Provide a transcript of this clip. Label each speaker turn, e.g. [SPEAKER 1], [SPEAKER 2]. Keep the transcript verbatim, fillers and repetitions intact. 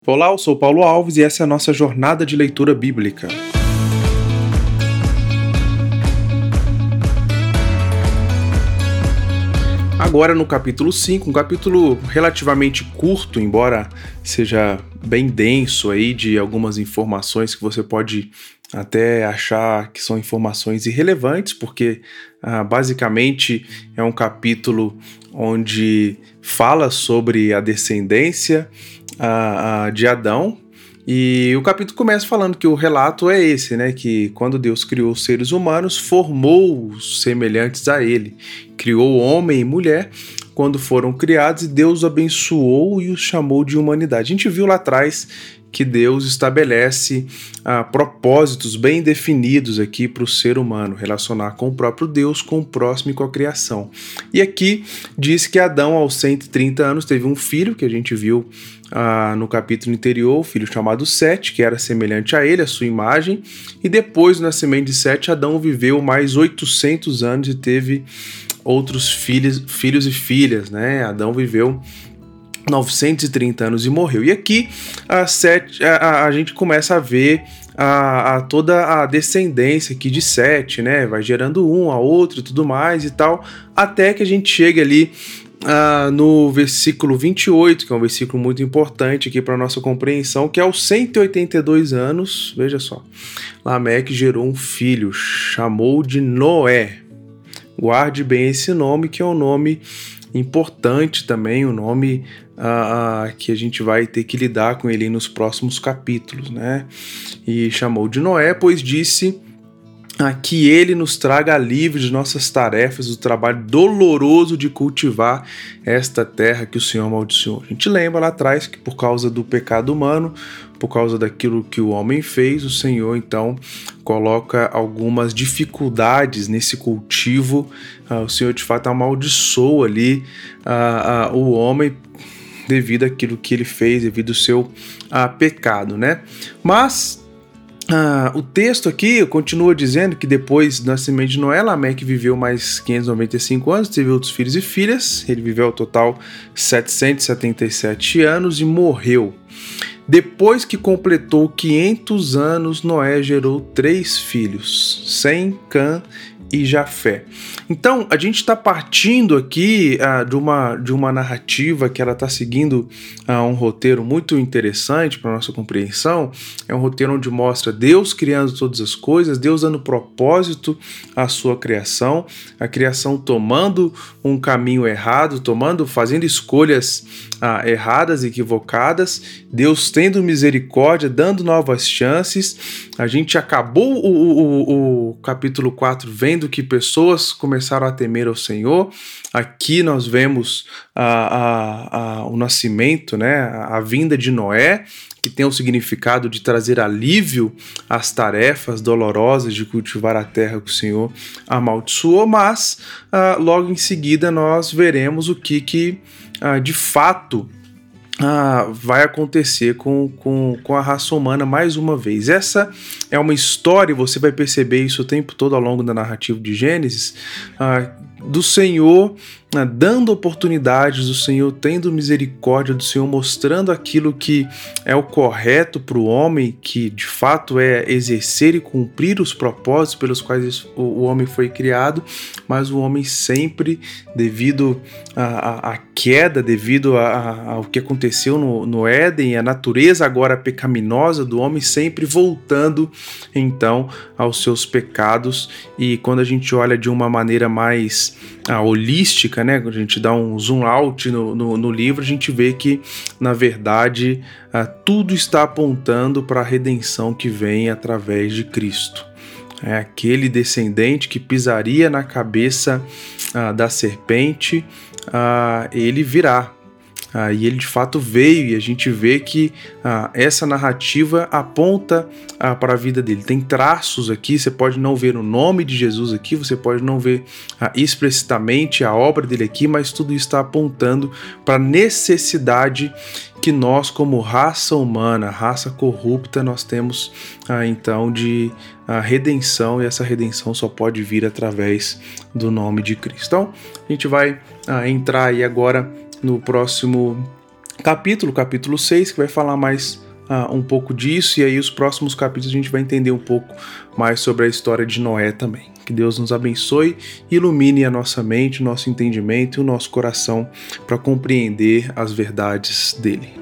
[SPEAKER 1] Olá, eu sou Paulo Alves e essa é a nossa jornada de leitura bíblica. Agora no capítulo cinco, um capítulo relativamente curto, embora seja bem denso aí de algumas informações que você pode até achar que são informações irrelevantes, porque ah, basicamente é um capítulo onde fala sobre a descendência ah, ah, de Adão. E o capítulo começa falando que o relato é esse, né? Que quando Deus criou os seres humanos, formou-os semelhantes a ele. Criou homem e mulher quando foram criados e Deus abençoou e os chamou de humanidade. A gente viu lá atrás que Deus estabelece ah, propósitos bem definidos aqui para o ser humano, relacionar com o próprio Deus, com o próximo e com a criação. E aqui diz que Adão, aos cento e trinta anos, teve um filho, que a gente viu ah, no capítulo anterior, um filho chamado Sete, que era semelhante a ele, a sua imagem, e depois do nascimento de Sete, Adão viveu mais oitocentos anos e teve outros filhos, filhos e filhas, né? Adão viveu novecentos e trinta anos e morreu. E aqui a, Sete, a, a gente começa a ver a, a toda a descendência aqui de Sete, né? Vai gerando um a outro e tudo mais e tal, até que a gente chega ali uh, no versículo vinte e oito, que é um versículo muito importante aqui para nossa compreensão, que é aos cento e oitenta e dois anos, veja só, Lameque gerou um filho, chamou de Noé. Guarde bem esse nome, que é um nome importante também, um nome uh, uh, que a gente vai ter que lidar com ele nos próximos capítulos, né? E chamou de Noé, pois disse uh, que ele nos traga livre de nossas tarefas, do trabalho doloroso de cultivar esta terra que o Senhor amaldiçoou. A gente lembra lá atrás que por causa do pecado humano, por causa daquilo que o homem fez, o Senhor então coloca algumas dificuldades nesse cultivo. Uh, o Senhor de fato amaldiçoa ali uh, uh, o homem devido àquilo que ele fez, devido ao seu uh, pecado, né? Mas uh, o texto aqui continua dizendo que depois do nascimento de Noé, Lameque viveu mais quinhentos e noventa e cinco anos, teve outros filhos e filhas, ele viveu ao total setecentos e setenta e sete anos e morreu. Depois que completou quinhentos anos, Noé gerou três filhos, Sem, Cã e Jafé. Então, a gente está partindo aqui uh, de, uma, de uma narrativa que ela está seguindo uh, um roteiro muito interessante para a nossa compreensão. É um roteiro onde mostra Deus criando todas as coisas, Deus dando propósito à sua criação, a criação tomando um caminho errado, tomando, fazendo escolhas uh, erradas, equivocadas, Deus tendo misericórdia, dando novas chances. A gente acabou o, o, o capítulo quatro vendo que pessoas começaram a temer ao Senhor. Aqui nós vemos a, a, a, o nascimento, né, a, a vinda de Noé, que tem o significado de trazer alívio às tarefas dolorosas de cultivar a terra que o Senhor amaldiçoou, mas uh, logo em seguida nós veremos o que, que uh, de fato Ah, vai acontecer com, com, com a raça humana mais uma vez. Essa é uma história, você vai perceber isso o tempo todo ao longo da narrativa de Gênesis, ah, do Senhor ah, dando oportunidades, do Senhor tendo misericórdia, do Senhor mostrando aquilo que é o correto para o homem, que de fato é exercer e cumprir os propósitos pelos quais o, o homem foi criado, mas o homem sempre, devido à queda, devido a, a, ao que aconteceu no, no Éden, a natureza agora pecaminosa do homem, sempre voltando então aos seus pecados. E quando a gente olha de uma maneira mais ah, holística, né, quando a gente dá um zoom out no, no, no livro, a gente vê que na verdade ah, tudo está apontando para a redenção que vem através de Cristo. É aquele descendente que pisaria na cabeça ah, da serpente, ah, ele virá. Ah, e ele de fato veio, e a gente vê que ah, essa narrativa aponta ah, para a vida dele. Tem traços aqui, você pode não ver o nome de Jesus aqui, você pode não ver ah, explicitamente a obra dele aqui, mas tudo isso está apontando para a necessidade que nós, como raça humana, raça corrupta, nós temos ah, então de ah, redenção, e essa redenção só pode vir através do nome de Cristo. Então, a gente vai ah, entrar aí agora no próximo capítulo, capítulo seis, que vai falar mais uh, um pouco disso, e aí os próximos capítulos a gente vai entender um pouco mais sobre a história de Noé também. Que Deus nos abençoe, ilumine a nossa mente, o nosso entendimento e o nosso coração para compreender as verdades dele.